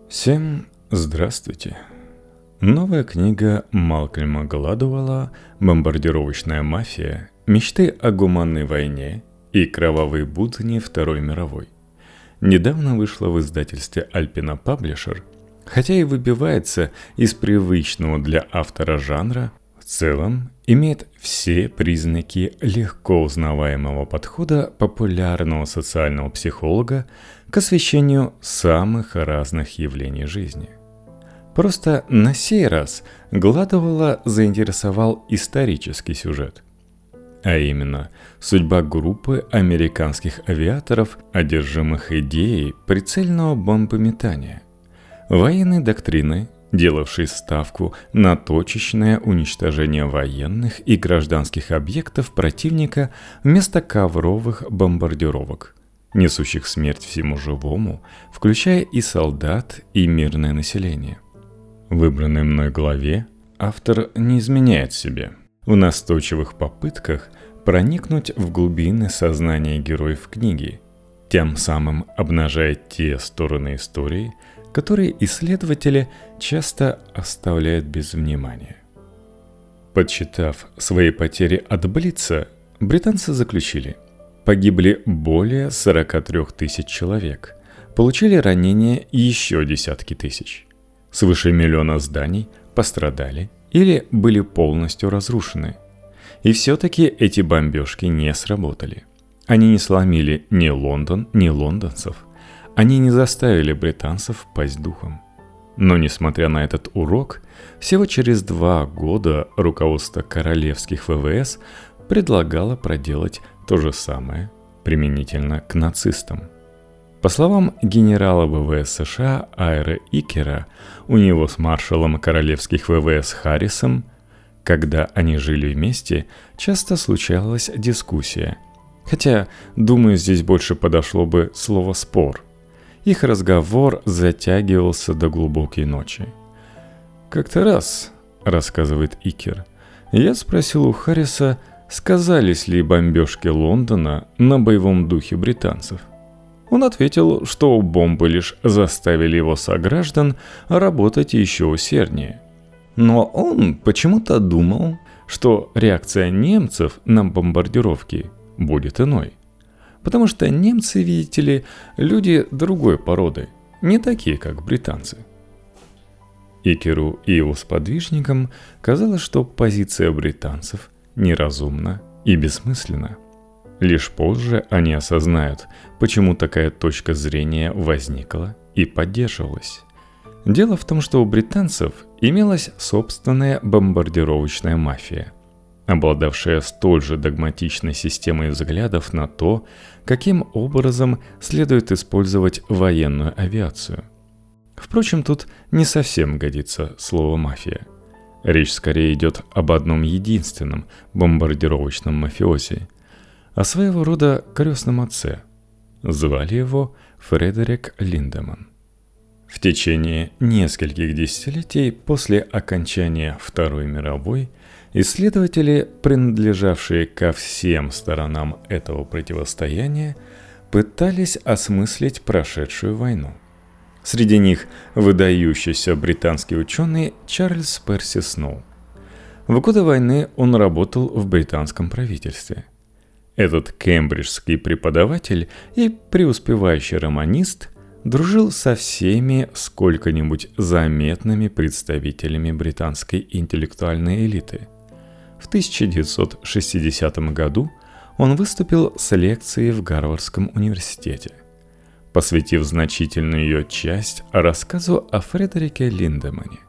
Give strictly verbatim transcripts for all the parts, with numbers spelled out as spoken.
Всем здравствуйте! Новая книга Малкольма Гладуэлла «Бомбардировочная мафия. Мечты о гуманной войне и кровавые будни Второй мировой» недавно вышла в издательстве Alpina Publisher, хотя и выбивается из привычного для автора жанра, в целом имеет все признаки легко узнаваемого подхода популярного социального психолога к освещению самых разных явлений жизни. Просто на сей раз Гладуэлла заинтересовал исторический сюжет, а именно судьба группы американских авиаторов, одержимых идеей прицельного бомбометания, военной доктрины, делавшей ставку на точечное уничтожение военных и гражданских объектов противника вместо ковровых бомбардировок, несущих смерть всему живому, включая и солдат, и мирное население. В выбранной мной главе автор не изменяет себе в настойчивых попытках проникнуть в глубины сознания героев книги, тем самым обнажая те стороны истории, которые исследователи часто оставляют без внимания. Подсчитав свои потери от Блица, британцы заключили: погибли более сорок три тысяч человек, получили ранения еще десятки тысяч. Свыше миллиона зданий пострадали или были полностью разрушены. И все-таки эти бомбежки не сработали. Они не сломили ни Лондон, ни лондонцев. Они не заставили британцев пасть духом. Но, несмотря на этот урок, всего через два года руководство королевских ВВС предлагало проделать то же самое применительно к нацистам. По словам генерала ВВС США Айра Икера, у него с маршалом королевских ВВС Харрисом, когда они жили вместе, часто случалась дискуссия. Хотя, думаю, здесь больше подошло бы слово «спор». Их разговор затягивался до глубокой ночи. «Как-то раз, — рассказывает Икер, — я спросил у Харриса, сказались ли бомбежки Лондона на боевом духе британцев. Он ответил, что бомбы лишь заставили его сограждан работать еще усерднее. Но он почему-то думал, что реакция немцев на бомбардировки будет иной. Потому что немцы, видите ли, люди другой породы, не такие, как британцы». Икеру и его сподвижникам казалось, что позиция британцев неразумна и бессмысленна. Лишь позже они осознают, почему такая точка зрения возникла и поддерживалась. Дело в том, что у британцев имелась собственная бомбардировочная мафия, обладавшая столь же догматичной системой взглядов на то, каким образом следует использовать военную авиацию. Впрочем, тут не совсем годится слово «мафия». Речь скорее идет об одном единственном бомбардировочном мафиози, о своего рода крестном отце. Звали его Фредерик Линдеман. В течение нескольких десятилетий после окончания Второй мировой исследователи, принадлежавшие ко всем сторонам этого противостояния, пытались осмыслить прошедшую войну. Среди них выдающийся британский ученый Чарльз Перси Сноу. В годы войны он работал в британском правительстве. Этот кембриджский преподаватель и преуспевающий романист дружил со всеми сколько-нибудь заметными представителями британской интеллектуальной элиты. В тысяча девятьсот шестидесятом году он выступил с лекцией в Гарвардском университете, посвятив значительную ее часть рассказу о Фредерике Линдемане.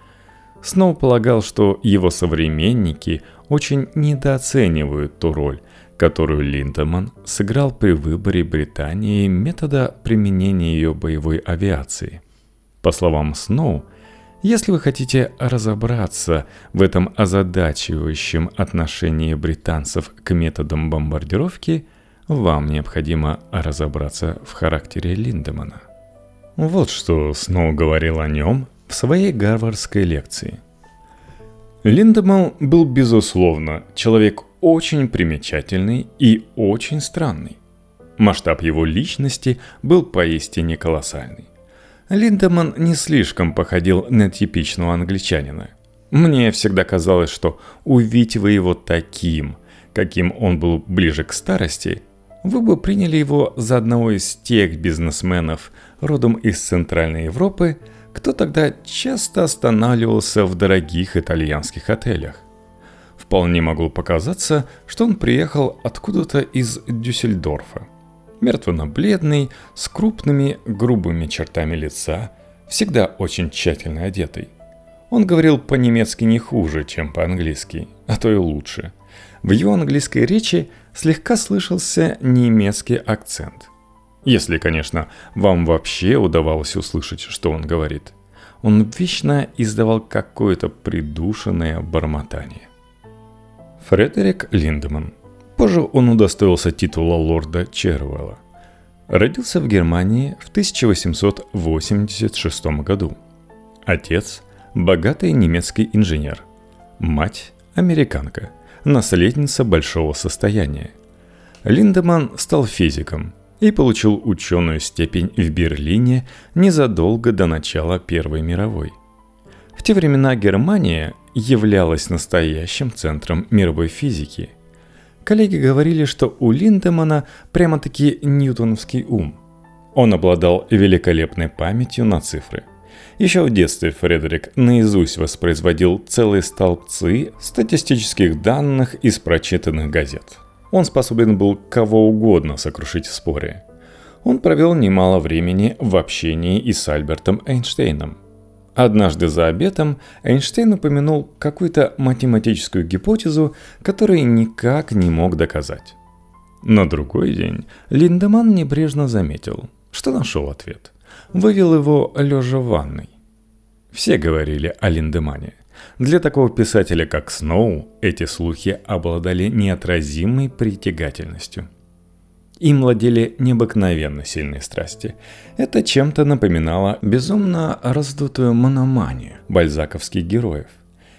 Сноу полагал, что его современники очень недооценивают ту роль, которую Линдеман сыграл при выборе Британии метода применения ее боевой авиации. По словам Сноу, если вы хотите разобраться в этом озадачивающем отношении британцев к методам бомбардировки, вам необходимо разобраться в характере Линдемана. Вот что Сноу говорил о нем в своей гарвардской лекции. Линдеман был, безусловно, человек очень примечательный и очень странный. Масштаб его личности был поистине колоссальный. Линдеман не слишком походил на типичного англичанина. Мне всегда казалось, что увидите вы его таким, каким он был ближе к старости, вы бы приняли его за одного из тех бизнесменов, родом из Центральной Европы, кто тогда часто останавливался в дорогих итальянских отелях. Вполне могло показаться, что он приехал откуда-то из Дюссельдорфа. Мертвенно-бледный, с крупными грубыми чертами лица, всегда очень тщательно одетый. Он говорил по-немецки не хуже, чем по-английски, а то и лучше. В его английской речи слегка слышался немецкий акцент. Если, конечно, вам вообще удавалось услышать, что он говорит. Он вечно издавал какое-то придушенное бормотание. Фредерик Линдеман. Позже он удостоился титула лорда Червелла. Родился в Германии в тысяча восемьсот восемьдесят шестом году. Отец – богатый немецкий инженер. Мать – американка, наследница большого состояния. Линдеман стал физиком и получил ученую степень в Берлине незадолго до начала Первой мировой. В те времена Германия являлась настоящим центром мировой физики. Коллеги говорили, что у Линдемана прямо-таки ньютоновский ум. Он обладал великолепной памятью на цифры. Еще в детстве Фредерик наизусть воспроизводил целые столбцы статистических данных из прочитанных газет. Он способен был кого угодно сокрушить в споре. Он провел немало времени в общении и с Альбертом Эйнштейном. Однажды за обедом Эйнштейн упомянул какую-то математическую гипотезу, которую никак не мог доказать. На другой день Линдеман небрежно заметил, что нашел ответ. Вывел его лежа в ванной. Все говорили о Линдемане. Для такого писателя, как Сноу, эти слухи обладали неотразимой притягательностью. Им владели необыкновенно сильные страсти. Это чем-то напоминало безумно раздутую мономанию бальзаковских героев.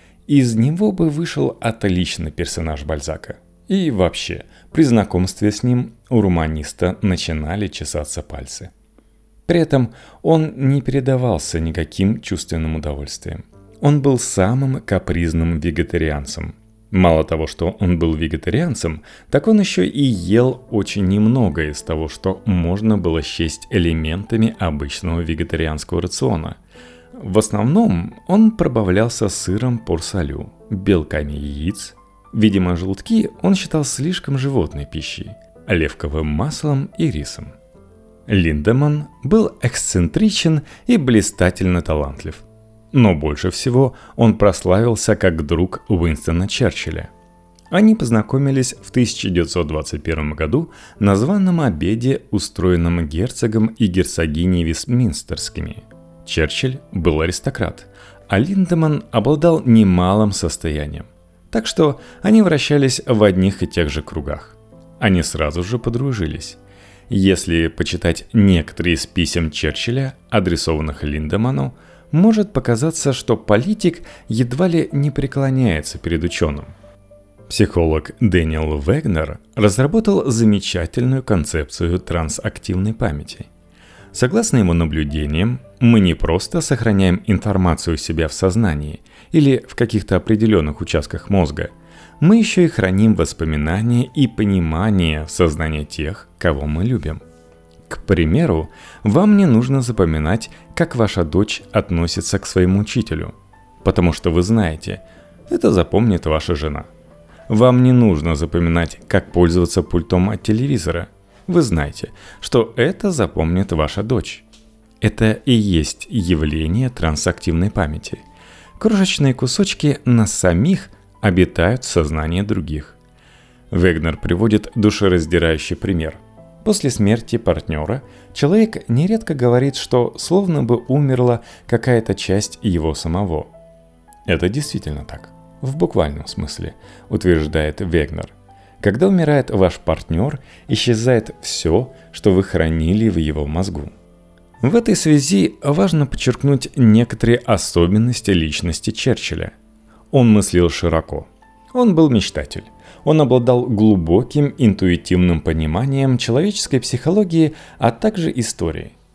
Из него бы вышел отличный персонаж Бальзака. И вообще, при знакомстве с ним у романиста начинали чесаться пальцы. При этом он не передавался никаким чувственным удовольствием. Он был самым капризным вегетарианцем. Мало того, что он был вегетарианцем, так он еще и ел очень немного из того, что можно было счесть элементами обычного вегетарианского рациона. В основном он пробавлялся сыром пор-салю, белками яиц. Видимо, желтки он считал слишком животной пищей, оливковым маслом и рисом. Линдеман был эксцентричен и блистательно талантлив. Но больше всего он прославился как друг Уинстона Черчилля. Они познакомились в тысяча девятьсот двадцать первом году на званом обеде, устроенном герцогом и герцогиней Вестминстерскими. Черчилль был аристократ, а Линдеман обладал немалым состоянием. Так что они вращались в одних и тех же кругах. Они сразу же подружились. Если почитать некоторые из писем Черчилля, адресованных Линдеману, может показаться, что политик едва ли не преклоняется перед ученым. Психолог Дэниел Вегнер разработал замечательную концепцию трансактивной памяти. Согласно его наблюдениям, мы не просто сохраняем информацию у себя в сознании или в каких-то определенных участках мозга, мы еще и храним воспоминания и понимание в сознании тех, кого мы любим. К примеру, вам не нужно запоминать, как ваша дочь относится к своему учителю, потому что вы знаете, это запомнит ваша жена. Вам не нужно запоминать, как пользоваться пультом от телевизора. Вы знаете, что это запомнит ваша дочь. Это и есть явление трансактивной памяти. Крошечные кусочки нас самих обитают в сознании других. Вегнер приводит душераздирающий пример. После смерти партнера человек нередко говорит, что словно бы умерла какая-то часть его самого. Это действительно так, в буквальном смысле, утверждает Вегнер. Когда умирает ваш партнер, исчезает все, что вы хранили в его мозгу. В этой связи важно подчеркнуть некоторые особенности личности Черчилля. Он мыслил широко. Он был мечтатель. Он обладал глубоким интуитивным пониманием человеческой психологии, а также истории.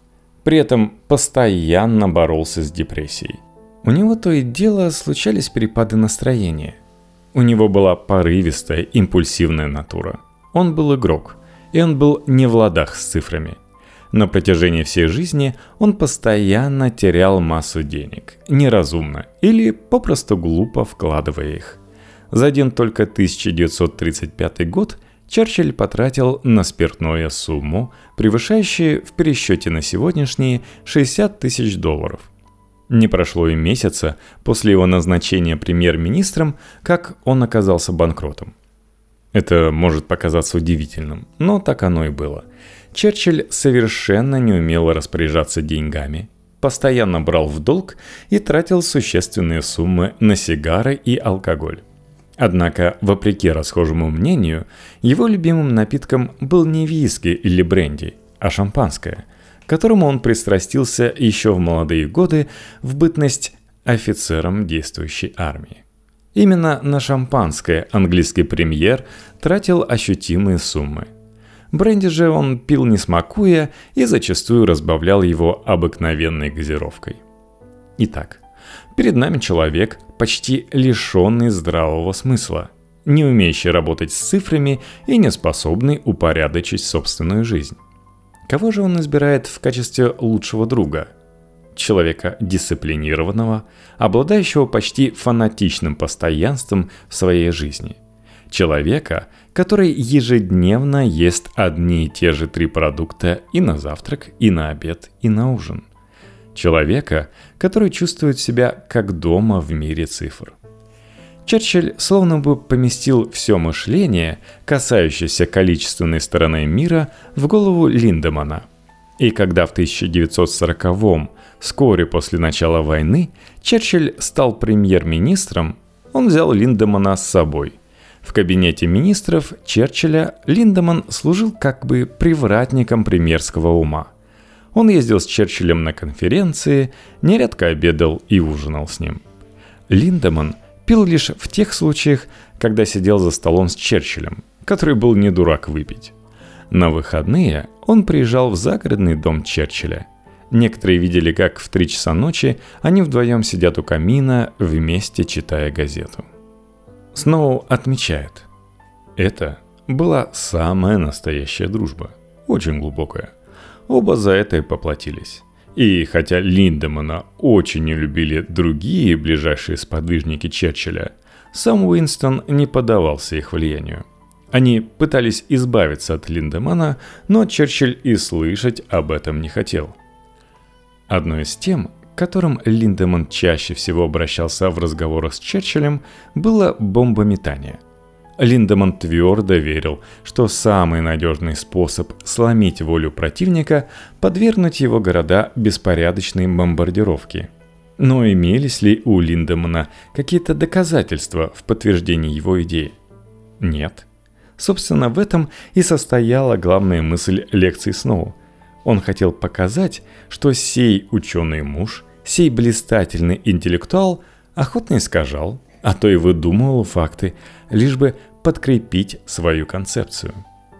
При этом постоянно боролся с депрессией. У него то и дело случались перепады настроения. У него была порывистая, импульсивная натура. Он был игрок, и он был не в ладах с цифрами. На протяжении всей жизни он постоянно терял массу денег, неразумно или попросту глупо вкладывая их. За один только тысяча девятьсот тридцать пятый год Черчилль потратил на спиртное сумму, превышающую в пересчете на сегодняшние шестьдесят тысяч долларов. Не прошло и месяца после его назначения премьер-министром, как он оказался банкротом. Это может показаться удивительным, но так оно и было. Черчилль совершенно не умел распоряжаться деньгами, постоянно брал в долг и тратил существенные суммы на сигары и алкоголь. Однако, вопреки расхожему мнению, его любимым напитком был не виски или бренди, а шампанское, к которому он пристрастился еще в молодые годы в бытность офицером действующей армии. Именно на шампанское английский премьер тратил ощутимые суммы. Бренди же он пил не смакуя и зачастую разбавлял его обыкновенной газировкой. Итак, перед нами человек, почти лишенный здравого смысла, не умеющий работать с цифрами и не способный упорядочить собственную жизнь. Кого же он избирает в качестве лучшего друга? Человека дисциплинированного, обладающего почти фанатичным постоянством в своей жизни. Человека, который ежедневно ест одни и те же три продукта и на завтрак, и на обед, и на ужин. Человека, который чувствует себя как дома в мире цифр. Черчилль словно бы поместил все мышление, касающееся количественной стороны мира, в голову Линдемана. И когда в тысяча девятьсот сороковом, вскоре после начала войны, Черчилль стал премьер-министром, он взял Линдемана с собой. В кабинете министров Черчилля Линдеман служил как бы привратником премьерского ума. Он ездил с Черчиллем на конференции, нередко обедал и ужинал с ним. Линдеман пил лишь в тех случаях, когда сидел за столом с Черчиллем, который был не дурак выпить. На выходные он приезжал в загородный дом Черчилля. Некоторые видели, как в три часа ночи они вдвоем сидят у камина, вместе читая газету. Сноу отмечает: это была самая настоящая дружба, очень глубокая. Оба за это и поплатились. И хотя Линдемана очень не любили другие ближайшие сподвижники Черчилля, сам Уинстон не поддавался их влиянию. Они пытались избавиться от Линдемана, но Черчилль и слышать об этом не хотел. Одной из тем, к которым Линдеман чаще всего обращался в разговорах с Черчиллем, было бомбометание. Линдеман твердо верил, что самый надежный способ сломить волю противника – подвергнуть его города беспорядочной бомбардировке. Но имелись ли у Линдемана какие-то доказательства в подтверждении его идеи? Нет. Собственно, в этом и состояла главная мысль лекций Сноу. Он хотел показать, что сей ученый муж, сей блистательный интеллектуал охотно искажал, а то и выдумывал факты, лишь бы подкрепить свою концепцию.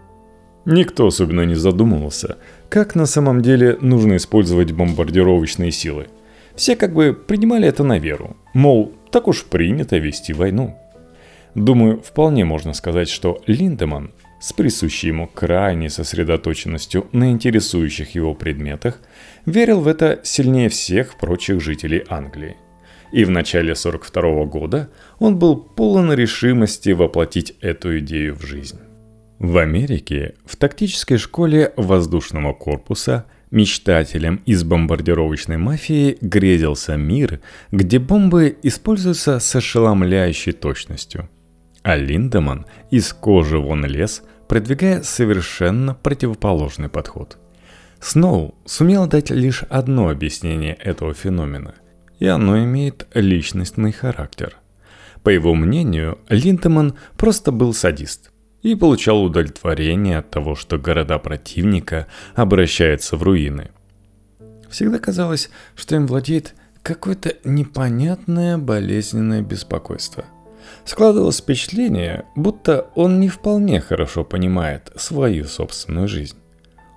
Никто особенно не задумывался, как на самом деле нужно использовать бомбардировочные силы. Все как бы принимали это на веру, мол, так уж принято вести войну. Думаю, вполне можно сказать, что Линдеман с присущей ему крайней сосредоточенностью на интересующих его предметах верил в это сильнее всех прочих жителей Англии. И в начале сорок второго года он был полон решимости воплотить эту идею в жизнь. В Америке, в тактической школе воздушного корпуса, мечтателям из бомбардировочной мафии грезился мир, где бомбы используются с ошеломляющей точностью. А Линдеман из кожи вон лез, продвигая совершенно противоположный подход. Сноу сумел дать лишь одно объяснение этого феномена, и оно имеет личностный характер. По его мнению, Линдеман просто был садист и получал удовлетворение от того, что города противника обращаются в руины. Всегда казалось, что им владеет какое-то непонятное болезненное беспокойство. Складывалось впечатление, будто он не вполне хорошо понимает свою собственную жизнь.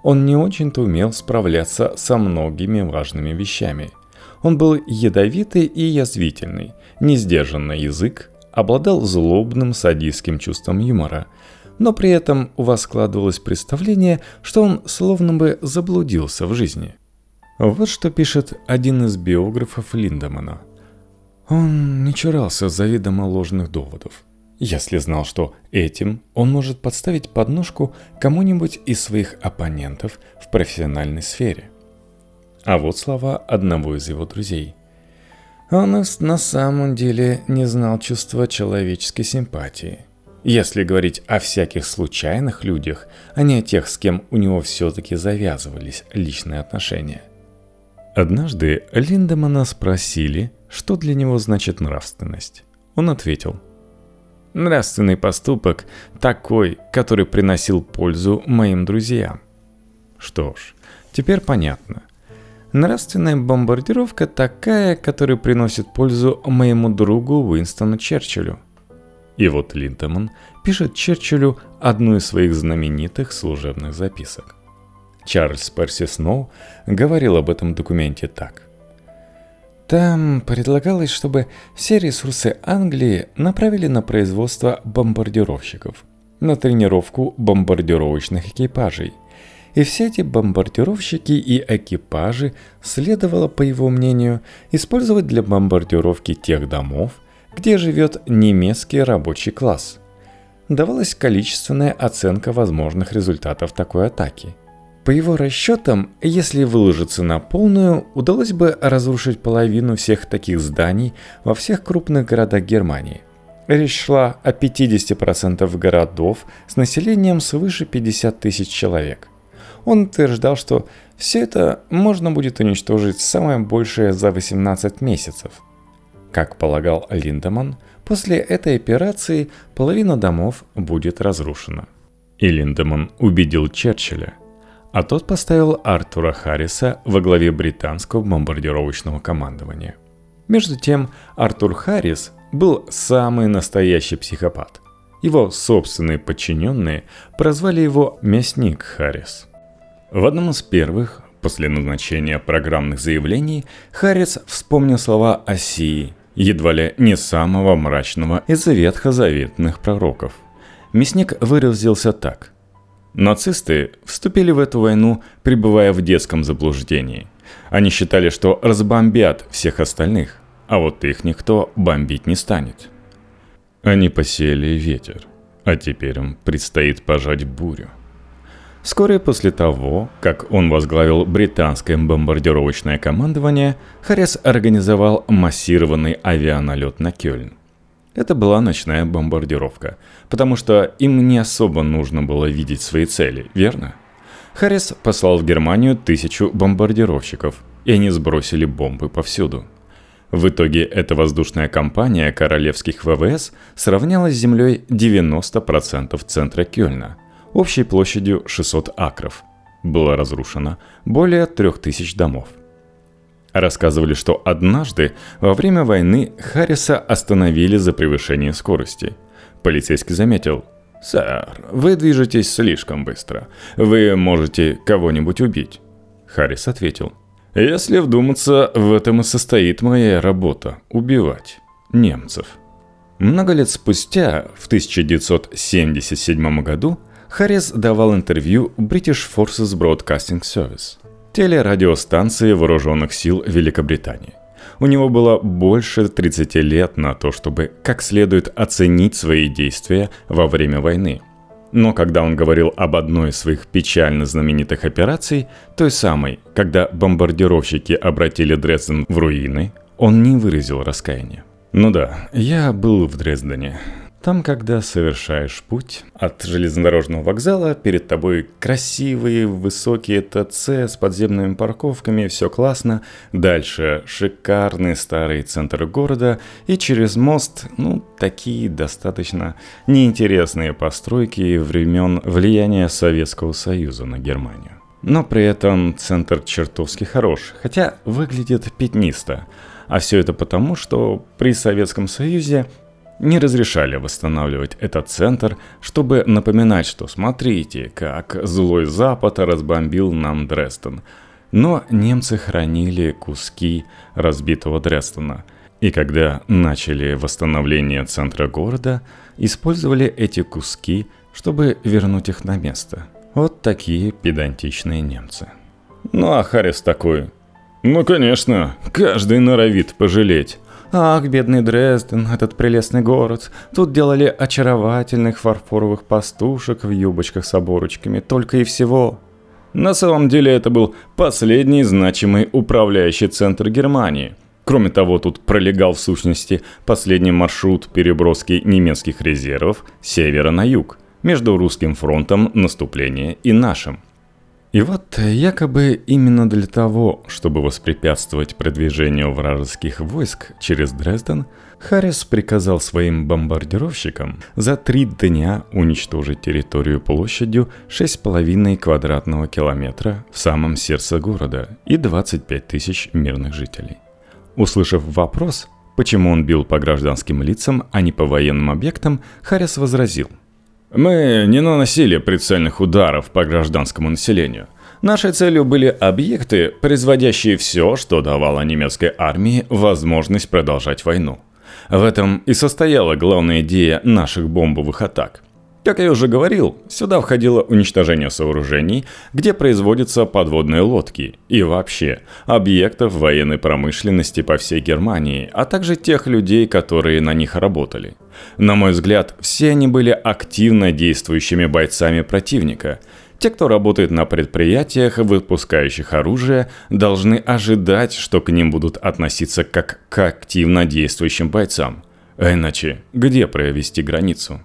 он не очень-то умел справляться со многими важными вещами. Он был ядовитый и язвительный, не сдержан на язык, обладал злобным садистским чувством юмора, но при этом у вас складывалось представление, что он словно бы заблудился в жизни. Вот что пишет один из биографов Линдемана. Он не чурался заведомо ложных доводов, если знал, что этим он может подставить подножку кому-нибудь из своих оппонентов в профессиональной сфере. А вот слова одного из его друзей. Он на самом деле не знал чувства человеческой симпатии. Если говорить о всяких случайных людях, а не о тех, с кем у него все-таки завязывались личные отношения. Однажды Линдемана спросили, что для него значит нравственность. Он ответил: «Нравственный поступок такой, который приносил пользу моим друзьям». Что ж, теперь понятно. Нравственная бомбардировка такая, которая приносит пользу моему другу Уинстону Черчиллю. И вот Линдеман пишет Черчиллю одну из своих знаменитых служебных записок. Чарльз Перси Сноу говорил об этом документе так. Там предлагалось, чтобы все ресурсы Англии направили на производство бомбардировщиков, на тренировку бомбардировочных экипажей. И все эти бомбардировщики и экипажи следовало, по его мнению, использовать для бомбардировки тех домов, где живет немецкий рабочий класс. Давалась количественная оценка возможных результатов такой атаки. По его расчетам, если выложиться на полную, удалось бы разрушить половину всех таких зданий во всех крупных городах Германии. Речь шла о пятидесяти процентах городов с населением свыше пятидесяти тысяч человек. Он утверждал, что все это можно будет уничтожить самое большее за восемнадцать месяцев. Как полагал Линдеман, после этой операции половина домов будет разрушена. И Линдеман убедил Черчилля, а тот поставил Артура Харриса во главе британского бомбардировочного командования. Между тем, Артур Харрис был самый настоящий психопат. Его собственные подчиненные прозвали его «Мясник Харрис». В одном из первых, после назначения программных заявлений, Харрис вспомнил слова Осии, едва ли не самого мрачного из ветхозаветных пророков. Мясник выразился так. Нацисты вступили в эту войну, пребывая в детском заблуждении. Они считали, что разбомбят всех остальных, а вот их никто бомбить не станет. Они посеяли ветер, а теперь им предстоит пожать бурю. Вскоре после того, как он возглавил британское бомбардировочное командование, Харрис организовал массированный авианалет на Кёльн. Это была ночная бомбардировка, потому что им не особо нужно было видеть свои цели, верно? Харрис послал в Германию тысячу бомбардировщиков, и они сбросили бомбы повсюду. В итоге эта воздушная кампания королевских ВВС сравняла с землей девяносто процентов центра Кёльна, общей площадью шестьсот акров. Было разрушено более трех тысяч домов. Рассказывали, что однажды во время войны Харриса остановили за превышение скорости. Полицейский заметил: «Сэр, вы движетесь слишком быстро. Вы можете кого-нибудь убить». Харрис ответил: «Если вдуматься, в этом и состоит моя работа – убивать немцев». Много лет спустя, в тысяча девятьсот семьдесят седьмом году, Харрис давал интервью British Forces Broadcasting Service, телерадиостанции вооруженных сил Великобритании. У него было больше тридцати лет на то, чтобы как следует оценить свои действия во время войны. Но когда он говорил об одной из своих печально знаменитых операций, той самой, когда бомбардировщики обратили Дрезден в руины, он не выразил раскаяния. Ну да, я был в Дрездене. Там, когда совершаешь путь от железнодорожного вокзала, перед тобой красивые высокие ТЦ с подземными парковками, все классно. Дальше шикарный старый центр города, и через мост, ну, такие достаточно неинтересные постройки времен влияния Советского Союза на Германию. Но при этом центр чертовски хорош, хотя выглядит пятнисто. А все это потому, что при Советском Союзе не разрешали восстанавливать этот центр, чтобы напоминать, что смотрите, как злой Запад разбомбил нам Дрезден. Но немцы хранили куски разбитого Дрездена. И когда начали восстановление центра города, использовали эти куски, чтобы вернуть их на место. Вот такие педантичные немцы. Ну а Харрис такой: ну конечно, каждый норовит пожалеть. Ах, бедный Дрезден, этот прелестный город. Тут делали очаровательных фарфоровых пастушек в юбочках с оборочками, только и всего. На самом деле это был последний значимый управляющий центр Германии. Кроме того, тут пролегал в сущности последний маршрут переброски немецких резервов с севера на юг, между русским фронтом наступления и нашим. И вот якобы именно для того, чтобы воспрепятствовать продвижению вражеских войск через Дрезден, Харрис приказал своим бомбардировщикам за три дня уничтожить территорию площадью шесть с половиной квадратного километра в самом сердце города и двадцать пять тысяч мирных жителей. Услышав вопрос, почему он бил по гражданским лицам, а не по военным объектам, Харрис возразил: «Мы не наносили прицельных ударов по гражданскому населению. Нашей целью были объекты, производящие все, что давало немецкой армии возможность продолжать войну. В этом и состояла главная идея наших бомбовых атак. Как я уже говорил, сюда входило уничтожение сооружений, где производятся подводные лодки, и вообще объектов военной промышленности по всей Германии, а также тех людей, которые на них работали. На мой взгляд, все они были активно действующими бойцами противника. Те, кто работает на предприятиях, выпускающих оружие, должны ожидать, что к ним будут относиться как к активно действующим бойцам. А иначе, где провести границу?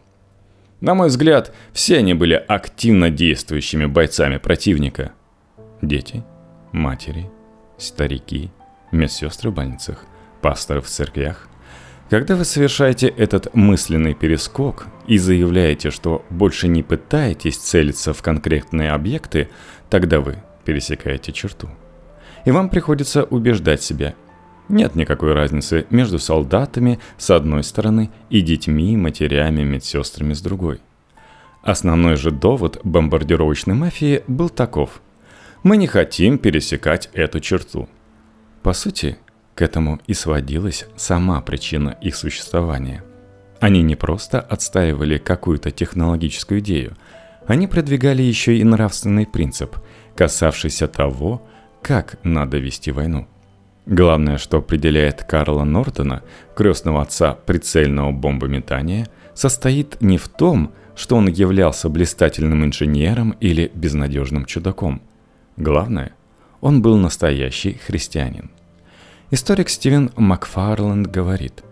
На мой взгляд, все они были активно действующими бойцами противника. Дети, матери, старики, медсестры в больницах, пасторы в церквях. Когда вы совершаете этот мысленный перескок и заявляете, что больше не пытаетесь целиться в конкретные объекты, тогда вы пересекаете черту. И вам приходится убеждать себя: нет никакой разницы между солдатами с одной стороны и детьми, матерями, медсестрами с другой. Основной же довод бомбардировочной мафии был таков: мы не хотим пересекать эту черту. По сути, к этому и сводилась сама причина их существования. Они не просто отстаивали какую-то технологическую идею, они продвигали еще и нравственный принцип, касавшийся того, как надо вести войну. Главное, что определяет Карла Нортона, крестного отца прицельного бомбометания, состоит не в том, что он являлся блистательным инженером или безнадежным чудаком. Главное, он был настоящий христианин. Историк Стивен Макфарланд говорит: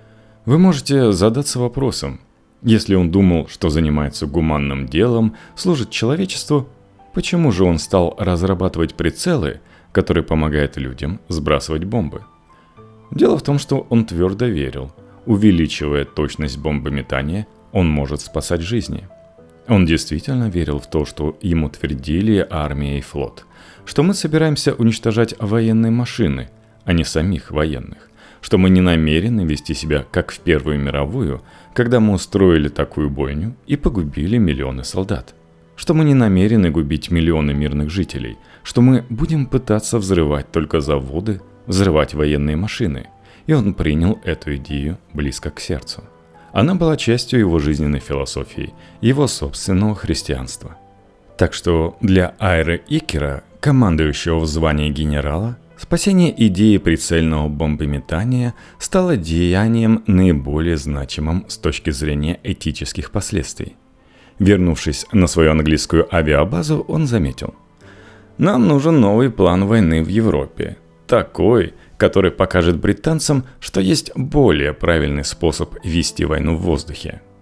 вы можете задаться вопросом, если он думал, что занимается гуманным делом, служит человечеству, почему же он стал разрабатывать прицелы, который помогает людям сбрасывать бомбы? Дело в том, что он твердо верил, увеличивая точность бомбометания, он может спасать жизни. Он действительно верил в то, что ему твердили армия и флот, что мы собираемся уничтожать военные машины, а не самих военных, что мы не намерены вести себя как в Первую мировую, когда мы устроили такую бойню и погубили миллионы солдат. Что мы не намерены губить миллионы мирных жителей, что мы будем пытаться взрывать только заводы, взрывать военные машины. И он принял эту идею близко к сердцу. Она была частью его жизненной философии, его собственного христианства. Так что для Айре Икера, командующего в звании генерала, спасение идеи прицельного бомбометания стало деянием наиболее значимым с точки зрения этических последствий. Вернувшись на свою английскую авиабазу, он заметил: «Нам нужен новый план войны в Европе. Такой, который покажет британцам, что есть более правильный способ вести войну в воздухе».